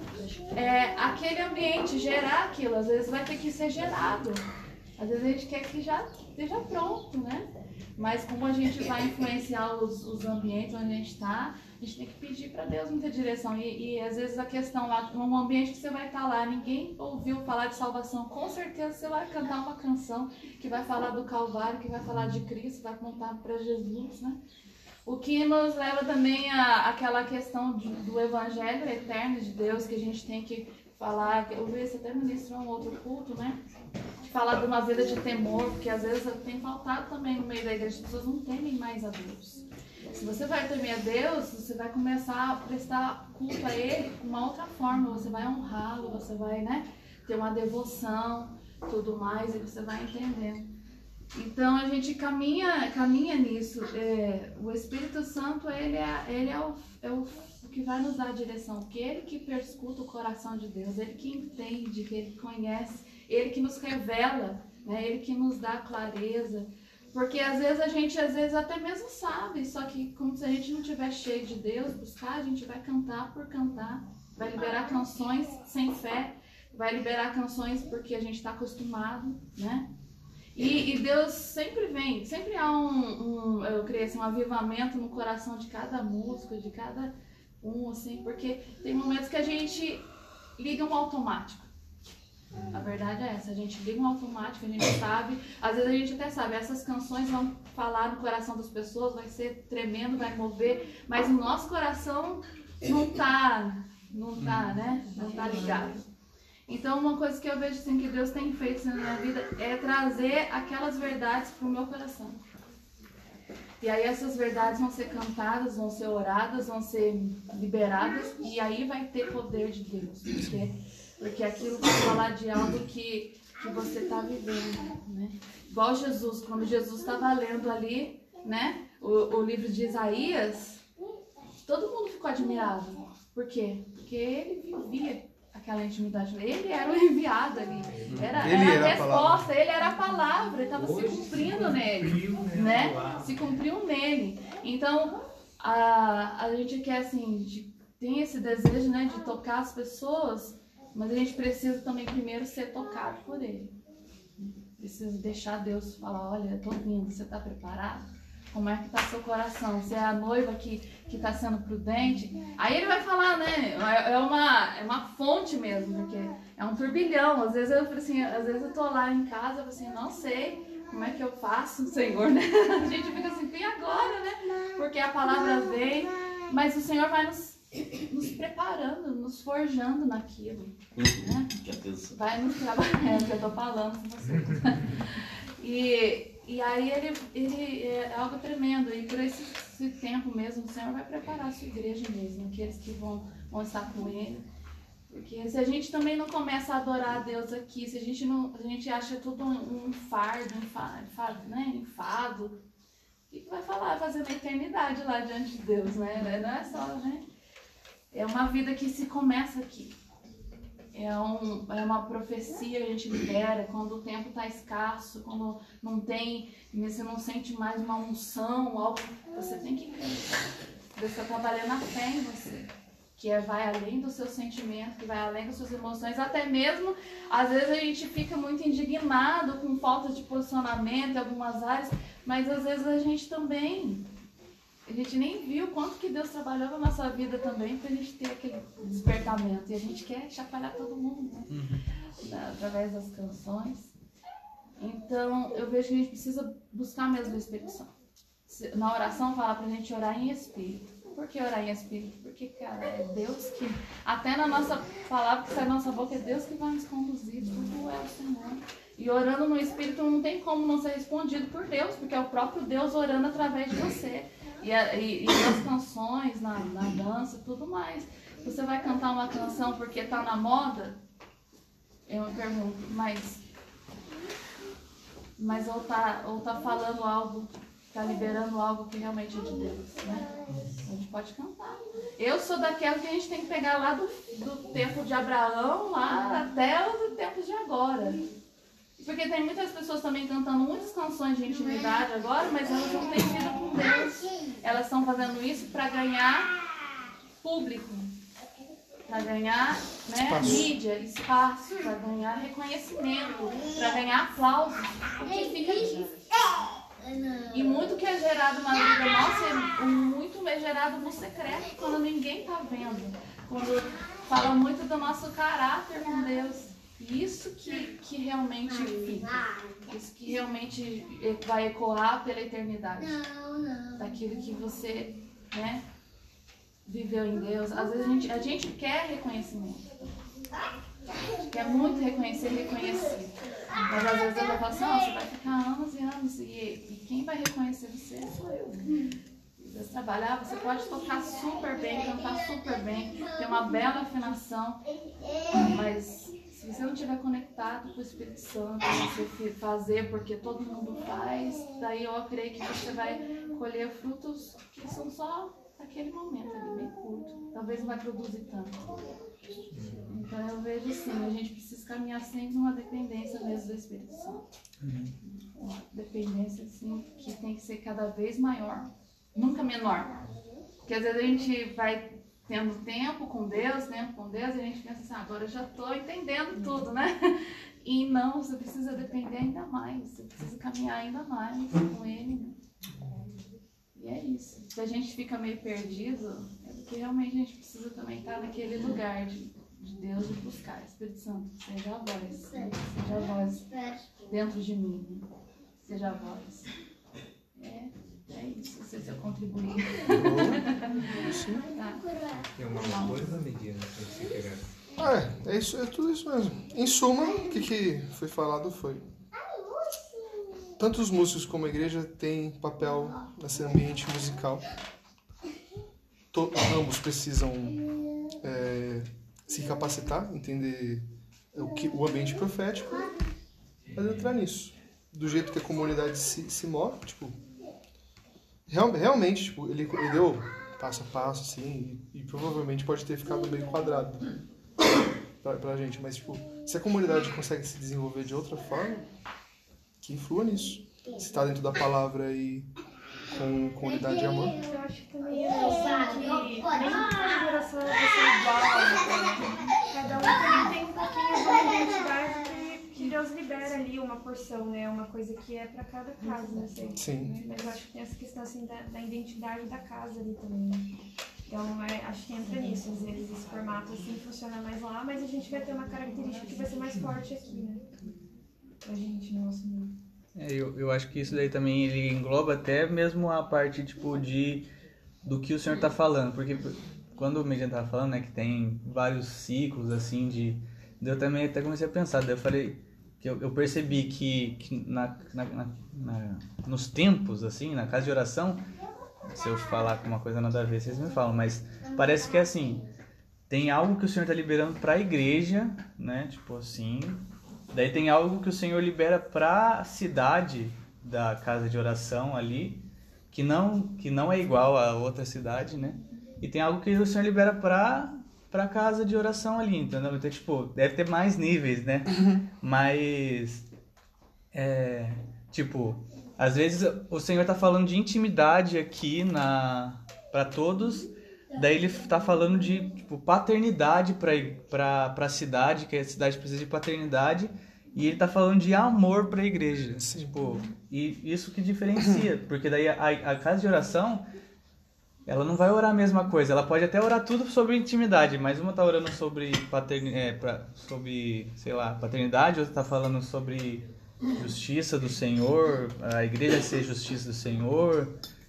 É, aquele ambiente, gerar aquilo, às vezes vai ter que ser gerado. Às vezes a gente quer que já esteja pronto, né? Mas como a gente vai influenciar os, os ambientes onde a gente está, a gente tem que pedir para Deus muita direção. E, e às vezes a questão lá, num ambiente que você vai estar lá, ninguém ouviu falar de salvação, com certeza você vai cantar uma canção que vai falar do Calvário, que vai falar de Cristo, vai apontar para Jesus, né? O que nos leva também à aquela questão de, do Evangelho eterno de Deus, que a gente tem que falar, eu vi isso até ministrar um outro culto, né? De falar de uma vida de temor, porque às vezes tem faltado também no meio da igreja, as pessoas não temem mais a Deus. Se você vai temer a Deus, você vai começar a prestar culto a Ele de uma outra forma, você vai honrá-lo, você vai, né, ter uma devoção, tudo mais, e você vai entendendo. Então a gente caminha, caminha nisso. É, o Espírito Santo, ele é, ele é, o, é o, o que vai nos dar a direção, porque ele que perscuta o coração de Deus, ele que entende, que ele conhece, ele que nos revela, né, ele que nos dá clareza. Porque às vezes a gente às vezes até mesmo sabe, só que como se a gente não estiver cheio de Deus, buscar, a gente vai cantar por cantar, vai liberar canções sem fé, vai liberar canções porque a gente está acostumado, né? E, e Deus sempre vem, sempre há um, um eu creio assim, um avivamento no coração de cada músico, de cada um, assim, porque tem momentos que a gente liga um automático. A verdade é essa, a gente liga um automático, a gente sabe, às vezes a gente até sabe, essas canções vão falar no coração das pessoas, vai ser tremendo, vai mover, mas o nosso coração não tá, não tá, né, não tá ligado. Então uma coisa que eu vejo assim, que Deus tem feito na minha vida é trazer aquelas verdades pro meu coração. E aí essas verdades vão ser cantadas, vão ser oradas, vão ser liberadas, e aí vai ter poder de Deus, porque... Porque aquilo vai falar de algo que, que você está vivendo, né? Igual Jesus, quando Jesus estava lendo ali, né, o, o livro de Isaías, todo mundo ficou admirado. Por quê? Porque ele vivia aquela intimidade. Ele era o enviado ali. Era, Ele era era a a resposta, ele era a palavra, ele estava se Hoje cumprindo se nele, cumpriu, né, né? a palavra. Se cumpriu nele. Então, a, a gente quer assim, de, tem esse desejo, né, de tocar as pessoas, mas a gente precisa também primeiro ser tocado por Ele. Precisa deixar Deus falar, olha, eu tô vindo, você está preparado? Como é que está seu coração? Você é a noiva que que está sendo prudente? Aí Ele vai falar, né? É uma, é uma fonte mesmo, porque é um turbilhão. Às vezes eu assim, às vezes eu tô lá em casa, eu assim, não sei como é que eu faço, Senhor, né? A gente fica assim, e agora, né? Porque a palavra vem, mas o Senhor vai nos nos preparando, nos forjando naquilo, né? Vai nos trabalhando, que eu tô falando com você. E, e aí ele, ele é algo tremendo, e por esse, esse tempo mesmo, o Senhor vai preparar a sua igreja mesmo, aqueles que vão, vão estar com Ele. Porque se a gente também não começa a adorar a Deus aqui, se a gente não, a gente acha tudo um, um fardo, um enfado, né? enfado, o que, que vai falar, fazer na eternidade lá diante de Deus, né? Não é só, né? É uma vida que se começa aqui. É, um, é uma profecia que a gente libera quando o tempo está escasso, quando não tem, você não sente mais uma unção, algo, você tem que crer. Deus está trabalhando a fé em você, que é, vai além do seu sentimento, que vai além das suas emoções, até mesmo, às vezes a gente fica muito indignado com falta de posicionamento em algumas áreas, mas às vezes a gente também... A gente nem viu quanto que Deus trabalhou na nossa vida também pra gente ter aquele despertamento. E a gente quer chacoalhar todo mundo, né? Uhum. Através das canções. Então, eu vejo que a gente precisa buscar mesmo a Espírito Santo. Na oração, fala pra gente orar em Espírito. Por que orar em Espírito? Porque, cara, é Deus que... Até na nossa palavra que sai da nossa boca, é Deus que vai nos conduzir. Tudo é o Senhor. E orando no Espírito não tem como não ser respondido por Deus, porque é o próprio Deus orando através de você. E, a, e, e nas canções, na, na dança e tudo mais. Você vai cantar uma canção porque tá na moda? Eu me pergunto, mas mas ou tá, ou tá falando algo, tá liberando algo que realmente é de Deus, né? A gente pode cantar. Eu sou daquela que a gente tem que pegar lá do, do tempo de Abraão, lá até o tempo de agora. Porque tem muitas pessoas também cantando muitas canções de intimidade agora, mas elas não têm vida com Deus. Elas estão fazendo isso para ganhar público, para ganhar, né, mídia, espaço, para ganhar reconhecimento, para ganhar aplausos. O que fica disso? E muito que é gerado na vida nossa, é muito é gerado no secreto, quando ninguém está vendo. Quando fala muito do nosso caráter com Deus. Isso que, que realmente fica. Isso que realmente vai ecoar pela eternidade. Daquilo que você, né, viveu em Deus. Às vezes a gente, a gente quer reconhecimento. A gente quer muito reconhecer e reconhecer. Mas às vezes eu já falo assim, oh, você vai ficar anos e anos e, e quem vai reconhecer você sou eu. Deus trabalhar, você pode tocar super bem, cantar super bem, ter uma bela afinação, mas se você não estiver conectado com o Espírito Santo, você fazer porque todo mundo faz, daí eu creio que você vai colher frutos que são só naquele momento, ali, bem curto. Talvez não vai produzir tanto. Então eu vejo assim, a gente precisa caminhar sempre numa dependência mesmo do Espírito Santo. Uma dependência assim, que tem que ser cada vez maior, nunca menor. Porque às vezes a gente vai tendo tempo com Deus, tempo com Deus, e a gente pensa assim, ah, agora eu já estou entendendo tudo, né? E não, você precisa depender ainda mais, você precisa caminhar ainda mais com Ele, né? E é isso. Se a gente fica meio perdido, é porque realmente a gente precisa também estar naquele lugar de, de Deus e buscar. Espírito Santo, seja a voz, seja a voz dentro de mim, né? Seja a voz. É, é isso, não sei se eu contribuí. Tá. Tem alguma coisa, Medina, que você queira? Ah, é, é, isso, é tudo isso mesmo. Em suma, o que, que foi falado foi... Tanto os músicos como a igreja têm papel nesse ambiente musical. To, ambos precisam é, se capacitar, entender o, que, o ambiente profético, mas entrar nisso. Do jeito que a comunidade se, se move, tipo... Real, realmente, tipo, ele, ele deu passo a passo, assim, e, e provavelmente pode ter ficado meio quadrado pra, pra gente, mas, tipo, se a comunidade consegue se desenvolver de outra forma, que influa nisso. Se está dentro da palavra e com, com unidade e amor. Eu acho que também é assim, que nem toda geração vai ser igual, né? Cada um também tem um pouquinho da identidade que, que Deus libera ali, uma porção, né? Uma coisa que é para cada casa, não sei. Sim. Né? Mas eu acho que tem essa questão assim da, da identidade da casa ali também, né? Então, é, acho que entra nisso. Às vezes esse formato assim funciona mais lá, mas a gente vai ter uma característica que vai ser mais forte aqui, né? Pra gente, no nosso mundo. É, eu, eu acho que isso daí também ele engloba até mesmo a parte tipo de do que o senhor está falando, porque quando o Medina estava falando, né, que tem vários ciclos assim de, eu também até comecei a pensar, daí eu falei que eu, eu percebi que, que na, na, na, na, nos tempos assim, na casa de oração, se eu falar com uma coisa nada a ver, vocês me falam, mas parece que é assim, tem algo que o senhor está liberando para a igreja, né, tipo assim. Daí tem algo que o Senhor libera para a cidade da casa de oração ali, que não, que não é igual a outra cidade, né? E tem algo que o Senhor libera para para casa de oração ali, entendeu? Então, tipo, deve ter mais níveis, né? Uhum. Mas, é, tipo, às vezes o Senhor tá falando de intimidade aqui na para todos, daí ele tá falando de tipo, paternidade para a cidade, que a cidade precisa de paternidade, e ele tá falando de amor para a igreja. Tipo, e isso que diferencia, porque daí a, a casa de oração, ela não vai orar a mesma coisa, ela pode até orar tudo sobre intimidade, mas uma tá orando sobre, paterni, é, pra, sobre sei lá, paternidade, outra tá falando sobre justiça do Senhor, a igreja ser justiça do Senhor,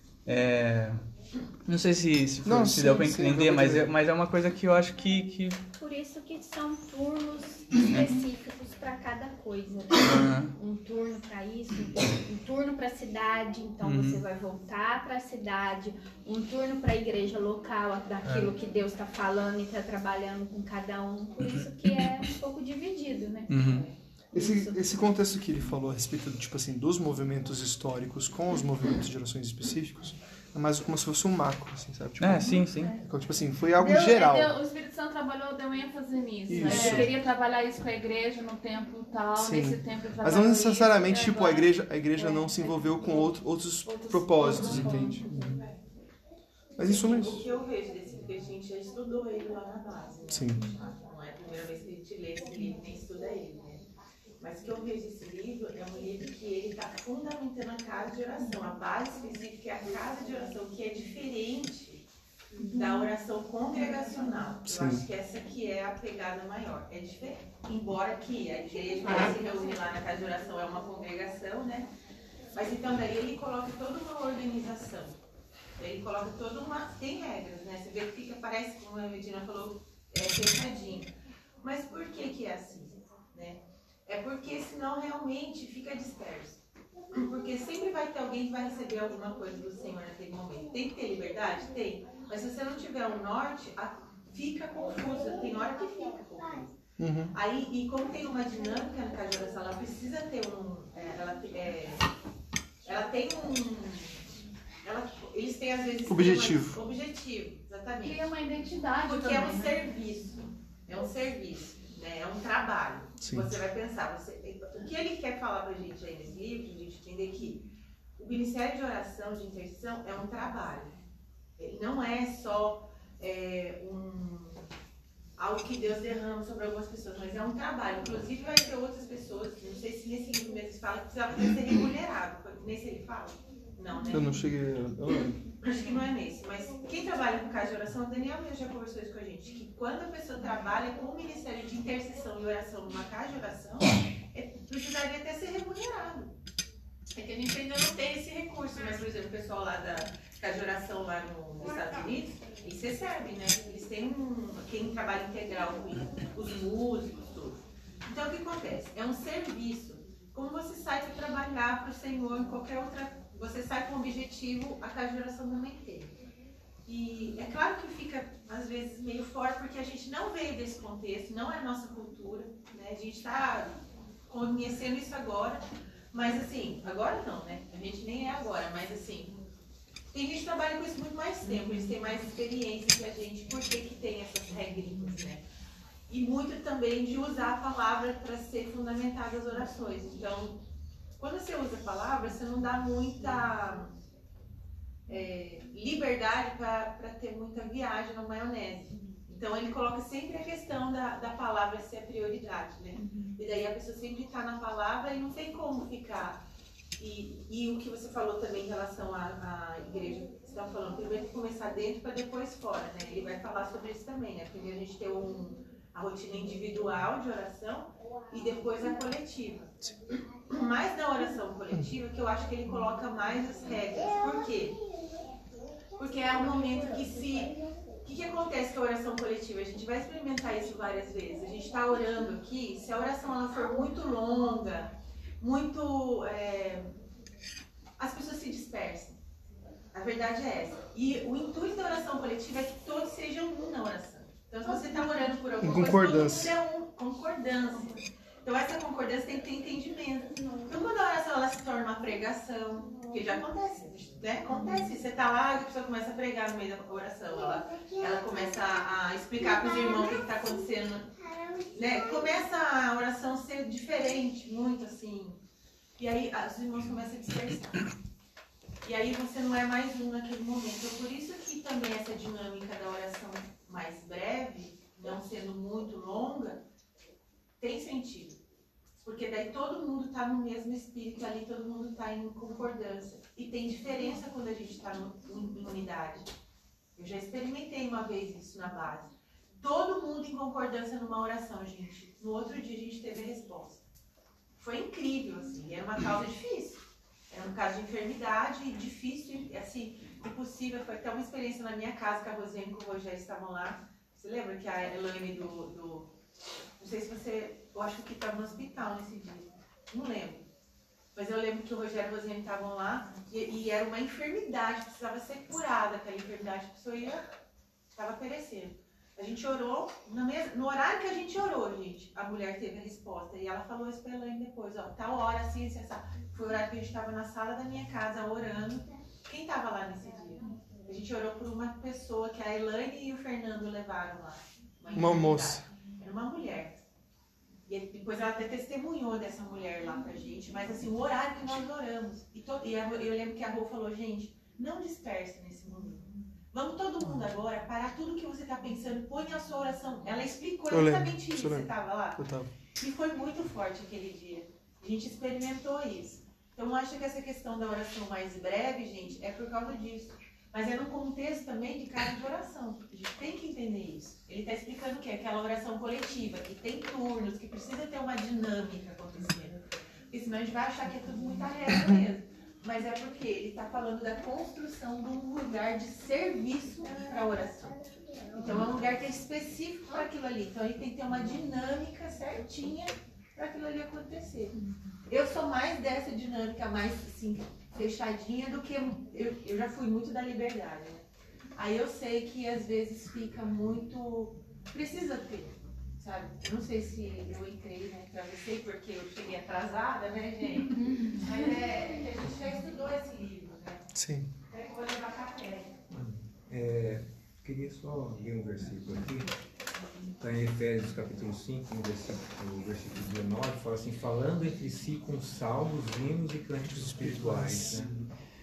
é... Não sei se, se, não, se sim, deu pra sim, entender, mas é, mas é uma coisa que eu acho que... que... Por isso que são turnos específicos para cada coisa. Né? Uhum. Um turno para isso, um turno para a cidade, então uhum. você vai voltar para a cidade. Um turno para a igreja local, daquilo é. que Deus está falando e está trabalhando com cada um. Por isso que é um pouco dividido, né? Uhum. Esse, Isso. esse contexto que ele falou a respeito do, tipo assim, dos movimentos históricos com os movimentos de orações específicos é mais como se fosse um macro, assim, sabe? Tipo, É, sim, sim. então, tipo assim, foi algo Deu- geral. deu- o Espírito Santo trabalhou, deu ênfase nisso. Isso. Ele queria trabalhar isso com a igreja no tempo tal, Sim. nesse tempo ele Mas trabalhou não necessariamente, isso, e tipo, a agora- igreja, a igreja É. não se envolveu com outro, outros, Outros- propósitos, outros entende? propósitos. Mas isso O mesmo. que eu vejo desse, porque a gente já estudou ele lá na base, né? Sim. Não é a primeira vez que a gente lê esse livro, nem estuda ele, né? Mas o que eu vejo desse livro é um livro que ele está fundamentando a casa de oração. A base específica é a casa de oração, que é diferente da oração congregacional. Eu Sim. acho que essa que é a pegada maior. É diferente. Embora que a igreja que se reúne lá na casa de oração é uma congregação, né? Mas então daí ele coloca toda uma organização. Ele coloca toda uma... Tem regras, né? Você vê que fica, parece, como a Medina falou, é fechadinho. Mas por que que é assim, né? É porque senão realmente fica disperso. Porque sempre vai ter alguém que vai receber alguma coisa do Senhor naquele momento. Tem que ter liberdade? Tem. Mas se você não tiver um norte, a- fica confusa. Tem hora que fica confusa. Uhum. Aí, e como tem uma dinâmica na casa de oração, ela precisa ter um... é, ela, te- é, ela tem um... Ela, eles têm às vezes... Objetivo. Uma, objetivo, exatamente. Cria uma identidade Porque também, é um né? serviço. É um serviço, né? É um trabalho. Sim. Você vai pensar, você, o que ele quer falar pra gente aí nesse livro, a gente entender que o Ministério de Oração, de Intercessão, é um trabalho. Ele não é só é, um, algo que Deus derrama sobre algumas pessoas, mas é um trabalho. Inclusive vai ter outras pessoas, não sei se nesse livro mesmo fala que precisava ser remunerado. Nesse ele fala? Não, né? Eu não cheguei. Eu não lembro. Acho que não é nesse, mas quem trabalha com casa de oração, o Daniel mesmo já conversou isso com a gente, que quando a pessoa trabalha com o Ministério de Intercessão e Oração numa casa de oração, é, precisaria até ser remunerado. É que a gente ainda não tem esse recurso, mas, por exemplo, o pessoal lá da casa de oração lá no, nos Estados Unidos, eles recebem, né? Eles têm um, quem trabalha integral com isso, os músicos, tudo. Então, o que acontece? É um serviço. Como você sai para trabalhar para o Senhor em qualquer outra... Você sai com o objetivo, a casa de oração também tem. E é claro que fica, às vezes, meio fora, porque a gente não veio desse contexto, não é a nossa cultura, né? A gente está conhecendo isso agora, mas assim, agora não, né? A gente nem é agora, mas assim, tem gente que trabalha com isso muito mais tempo, eles têm mais experiência que a gente, por que que tem essas regrinhas, né? E muito também de usar a palavra para ser fundamentada as orações. Então, quando você usa a palavra, você não dá muita é, liberdade para ter muita viagem na maionese. Então, ele coloca sempre a questão da, da palavra ser a prioridade, né? E daí a pessoa sempre está na palavra e não tem como ficar. E, e o que você falou também em relação à, à igreja, você estava falando, primeiro que começar dentro para depois fora, né? Ele vai falar sobre isso também, né? Primeiro a gente ter um, a rotina individual de oração e depois a coletiva. Mas na oração coletiva, que eu acho que ele coloca mais as regras. Por quê? Porque é um momento que se... O que, que acontece com a oração coletiva? A gente vai experimentar isso várias vezes. A gente está orando aqui, se a oração ela for muito longa, muito... É... as pessoas se dispersam. A verdade é essa. E o intuito da oração coletiva é que todos sejam um na oração. Então, se você está orando por alguma coisa, concordância. todo mundo é um. Concordância. Então, essa concordância tem que ter entendimento. Então, quando a oração ela se torna uma pregação, que já acontece, né? Acontece. Você está lá e a pessoa começa a pregar no meio da oração. Ela, ela começa a, a explicar para os irmãos o que está acontecendo. Né? Começa a oração a ser diferente, muito assim. E aí, os irmãos começam a dispersar. E aí, você não é mais um naquele momento. Então, por isso que também essa dinâmica da oração mais breve, não sendo muito longa, tem sentido. Porque daí todo mundo está no mesmo espírito ali, todo mundo está em concordância. E tem diferença quando a gente está em unidade. Eu já experimentei uma vez isso na base. Todo mundo em concordância numa oração, gente. No outro dia a gente teve a resposta. Foi incrível, assim. Era uma causa difícil. Era um caso de enfermidade, difícil, assim, impossível. Foi até uma experiência na minha casa, que a Rosiane e o Rogério estavam lá. Você lembra que a Elaine do... do não sei se você... Eu acho que estava no hospital nesse dia. Não lembro. Mas eu lembro que o Rogério e a Rosiane estavam lá e, e era uma enfermidade, precisava ser curada aquela enfermidade, a pessoa ia... estava perecendo. A gente orou, no, mesmo, no horário que a gente orou, gente, a mulher teve a resposta. E ela falou isso pra Elaine depois, ó, tal hora, assim, assim, essa. Foi o horário que a gente tava na sala da minha casa orando. Quem tava lá nesse dia? A gente orou por uma pessoa que a Elaine e o Fernando levaram lá. Uma, Uma moça. Era uma mulher. E depois ela até testemunhou dessa mulher lá pra gente, mas assim, o horário que nós oramos. E, to, e a, eu lembro que a Rô falou, gente, não disperse nesse momento. Vamos todo mundo agora parar tudo que você está pensando, põe a sua oração. Ela explicou Eu exatamente lembro, isso, eu você lembro. estava lá? Eu tava. E foi muito forte aquele dia. A gente experimentou isso. Então eu acho que essa questão da oração mais breve, gente, é por causa disso. Mas é num contexto também de casa de oração. A gente tem que entender isso. Ele está explicando o que é aquela oração coletiva, que tem turnos, que precisa ter uma dinâmica acontecendo. Porque senão a gente vai achar que é tudo muita regra mesmo. Mas é porque ele está falando da construção de um lugar de serviço para a oração. Então é um lugar que é específico para aquilo ali. Então ele tem que ter uma dinâmica certinha para aquilo ali acontecer. Eu sou mais dessa dinâmica, mais assim, fechadinha do que... Eu, eu já fui muito da liberdade, né? Aí eu sei que às vezes fica muito... Precisa ter, sabe? Eu não sei se eu entrei, né? Travessei porque eu cheguei atrasada, né, gente? Mas é que a gente já estudou esse livro, né? Sim. É que eu vou levar café. É, queria só ler um versículo aqui. Está em Efésios capítulo cinco, no versículo, no versículo dezenove, fala assim, falando entre si com salmos, hinos e cânticos espirituais, né?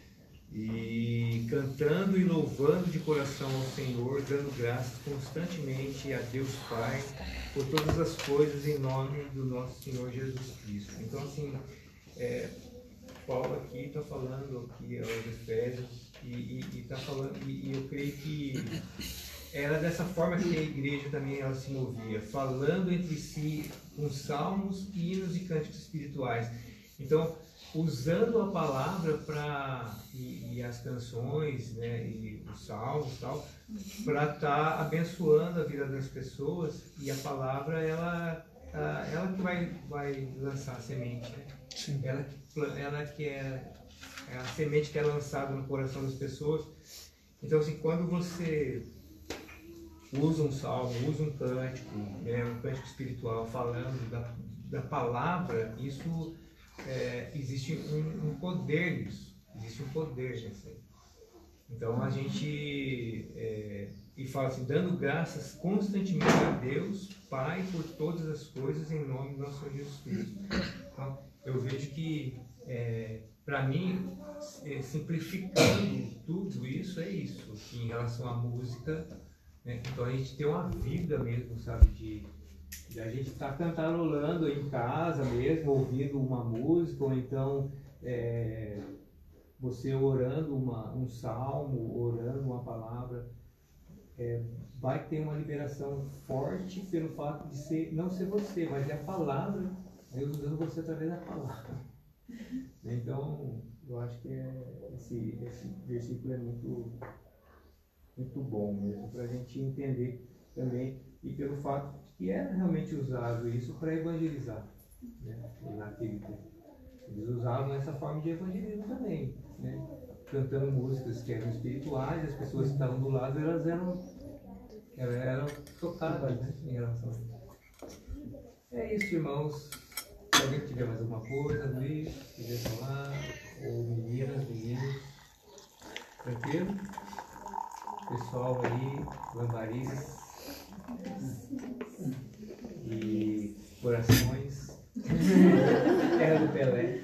E cantando e louvando de coração ao Senhor, dando graças constantemente a Deus Pai por todas as coisas em nome do nosso Senhor Jesus Cristo. Então, assim, é, Paulo aqui está falando aqui aos Efésios e está falando, e, e eu creio que era dessa forma que a igreja também ela se movia, falando entre si com salmos, hinos e cânticos espirituais. Então, usando a palavra para e, e as canções, né, e os salmos e tal, para estar tá abençoando a vida das pessoas, e a palavra ela ela que vai vai lançar a semente, né? Sim. Ela ela que é, é a semente que é lançada no coração das pessoas. Então, assim, quando você usa um salmo, usa um cântico, né, um cântico espiritual falando da, da palavra, isso é, existe um, um poder nisso, existe um poder nisso aí. Então a gente é, e fala assim, dando graças constantemente a Deus Pai por todas as coisas em nome do nosso Senhor Jesus Cristo. Então eu vejo que é, para mim, é, simplificando tudo isso, é isso, em relação à música, né? Então a gente tem uma vida mesmo, sabe, de, de a gente estar tá cantarolando em casa mesmo, ouvindo uma música, ou então é, você orando uma, um salmo, orando uma palavra, é, vai ter uma liberação forte pelo fato de ser, não ser você, mas é a palavra, Deus usando você através da palavra. Então, eu acho que é, esse, esse versículo é muito, muito bom mesmo, para a gente entender também, e pelo fato de que era realmente usado isso para evangelizar, né, naquele tempo. Eles usavam essa forma de evangelismo também, né, cantando músicas que eram espirituais, as pessoas que estavam do lado, elas eram, elas eram tocadas, né, em relação a isso. É isso, irmãos. Se alguém tiver mais alguma coisa, Luiz, quiser falar, ou meninas, meninos, tranquilo? Pessoal aí, lambarias e corações, terra do Pelé.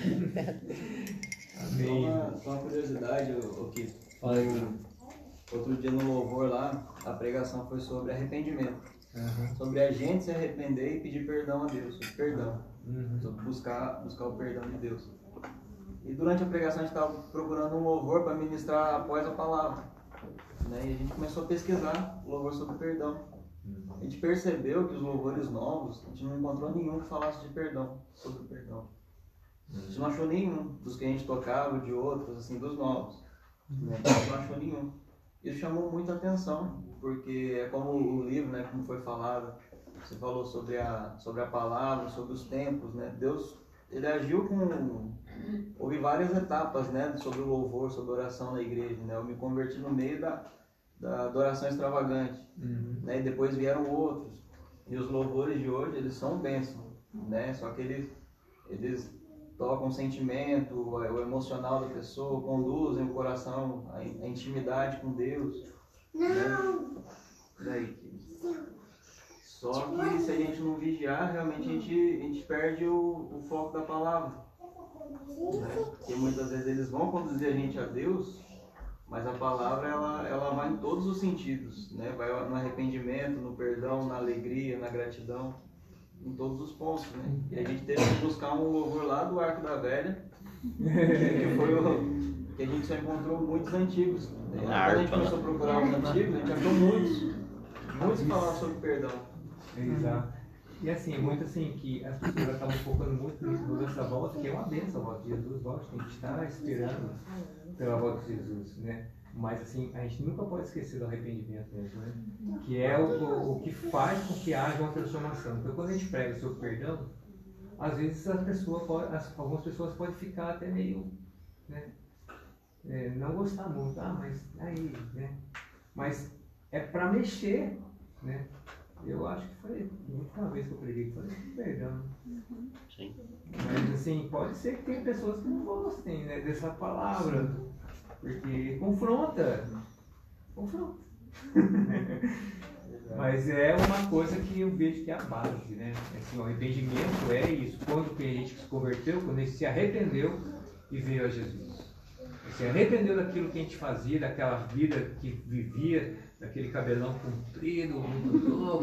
Só uma, só uma curiosidade, o que falei outro dia no louvor lá, a pregação foi sobre arrependimento. Uhum. Sobre a gente se arrepender e pedir perdão a Deus, perdão, uhum. Sobre buscar, buscar o perdão de Deus. E durante a pregação a gente estava procurando um louvor para ministrar após a palavra, né? E a gente começou a pesquisar o louvor sobre perdão. A gente percebeu que os louvores novos, a gente não encontrou nenhum que falasse de perdão, sobre o perdão. A gente não achou nenhum dos que a gente tocava, de outros, assim, dos novos, né? A gente não achou nenhum. Isso chamou muita atenção, porque é como o livro, né, como foi falado, você falou sobre a, sobre a palavra, sobre os tempos, né? Deus, ele agiu com... Houve várias etapas, né, sobre o louvor, sobre a oração na igreja, né? Eu me converti no meio da, da adoração extravagante, Uhum. né? E depois vieram outros. E os louvores de hoje, eles são bênção, né? Só que eles, eles tocam o sentimento, o emocional da pessoa, conduzem o coração, a intimidade com Deus. Não! Né? Só que se a gente não vigiar, realmente a gente, a gente perde o, o foco da palavra. Né? Porque muitas vezes eles vão conduzir a gente a Deus, mas a palavra ela, ela vai em todos os sentidos, né? Vai no arrependimento, no perdão, na alegria, na gratidão, em todos os pontos, né? E a gente teve que buscar um louvor lá do Arco da Velha, que foi o que a gente só encontrou muitos antigos. Quando a gente começou a procurar os antigos, a gente achou muitos, muitos falavam sobre perdão. Exato. E assim, muito assim, que as pessoas estavam focando muito nisso, nessa volta, que é uma bênção a volta de Jesus, lógico, a gente está esperando pela volta de Jesus, né? Mas assim, a gente nunca pode esquecer do arrependimento mesmo, né? Que é o, o, o que faz com que haja uma transformação. Então, quando a gente prega sobre perdão, às vezes a pessoa pode, as, algumas pessoas podem ficar até meio, né? É, não gostar muito, ah, mas aí, né? Mas é para mexer, né? Eu acho que foi a última vez que eu preguei, foi perdão. Sim. Mas assim, pode ser que tenha pessoas que não gostem, né, dessa palavra, porque confronta. Confronta. Mas é uma coisa que eu vejo que é a base, né? Assim, o arrependimento é isso. Quando tem gente que se converteu, quando ele se arrependeu e veio a Jesus. Se arrependeu daquilo que a gente fazia, daquela vida que vivia, daquele cabelão comprido, muito louco.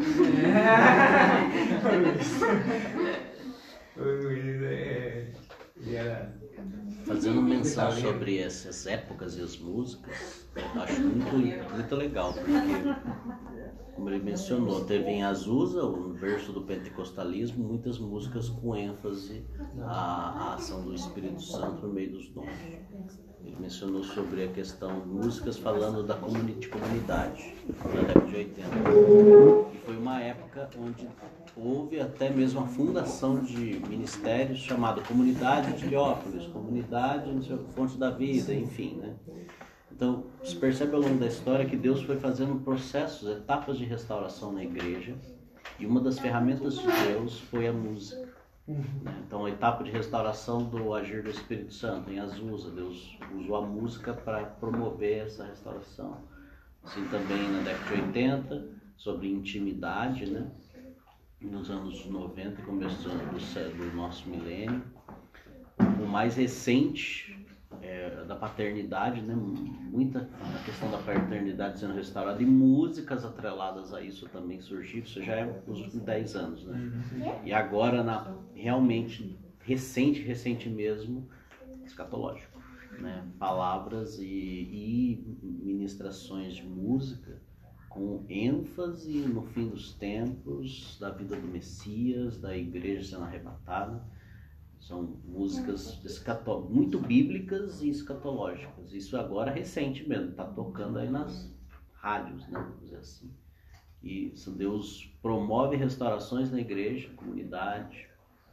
O Luiz, é, ele era... Fazendo menção sobre essas épocas e as músicas, eu acho muito, muito legal, porque, como ele mencionou, teve em Azusa, o verso do pentecostalismo, muitas músicas com ênfase à, à ação do Espírito Santo por meio dos dons. Ele mencionou sobre a questão de músicas falando da comuni- de comunidade, na década de oitenta. E foi uma época onde houve até mesmo a fundação de ministérios chamado Comunidade de Heliópolis, Comunidade, não sei, Fonte da Vida, enfim, né? Então, se percebe ao longo da história que Deus foi fazendo processos, etapas de restauração na igreja, e uma das ferramentas de Deus foi a música. Então, a etapa de restauração do agir do Espírito Santo em Azusa, Deus usou a música para promover essa restauração. Assim também na década de oitenta, sobre intimidade, né? Nos anos noventa, começo do, do nosso milênio. O mais recente é da paternidade, né? Muita a questão da paternidade sendo restaurada e músicas atreladas a isso também surgiram. Isso já é nos últimos dez anos, né? E agora, na, realmente, recente, recente mesmo, escatológico, né? Palavras e, e ministrações de música com ênfase no fim dos tempos, da vida do Messias, da igreja sendo arrebatada. São músicas escató- muito bíblicas e escatológicas. Isso agora é recente mesmo, está tocando aí nas rádios, né, vamos dizer assim. E Deus promove restaurações na igreja, comunidade,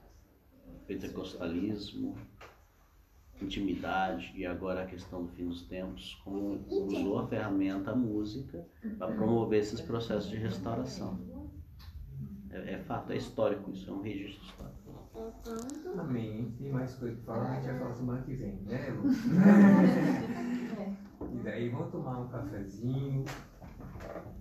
pentecostalismo, intimidade, e agora a questão do fim dos tempos, como usou a ferramenta, a música, para promover esses processos de restauração. É, é fato, é histórico, isso é um registro histórico. Amém. Tem mais coisa que falar, a gente vai falar semana que vem, né, Lu? E daí vamos tomar um cafezinho.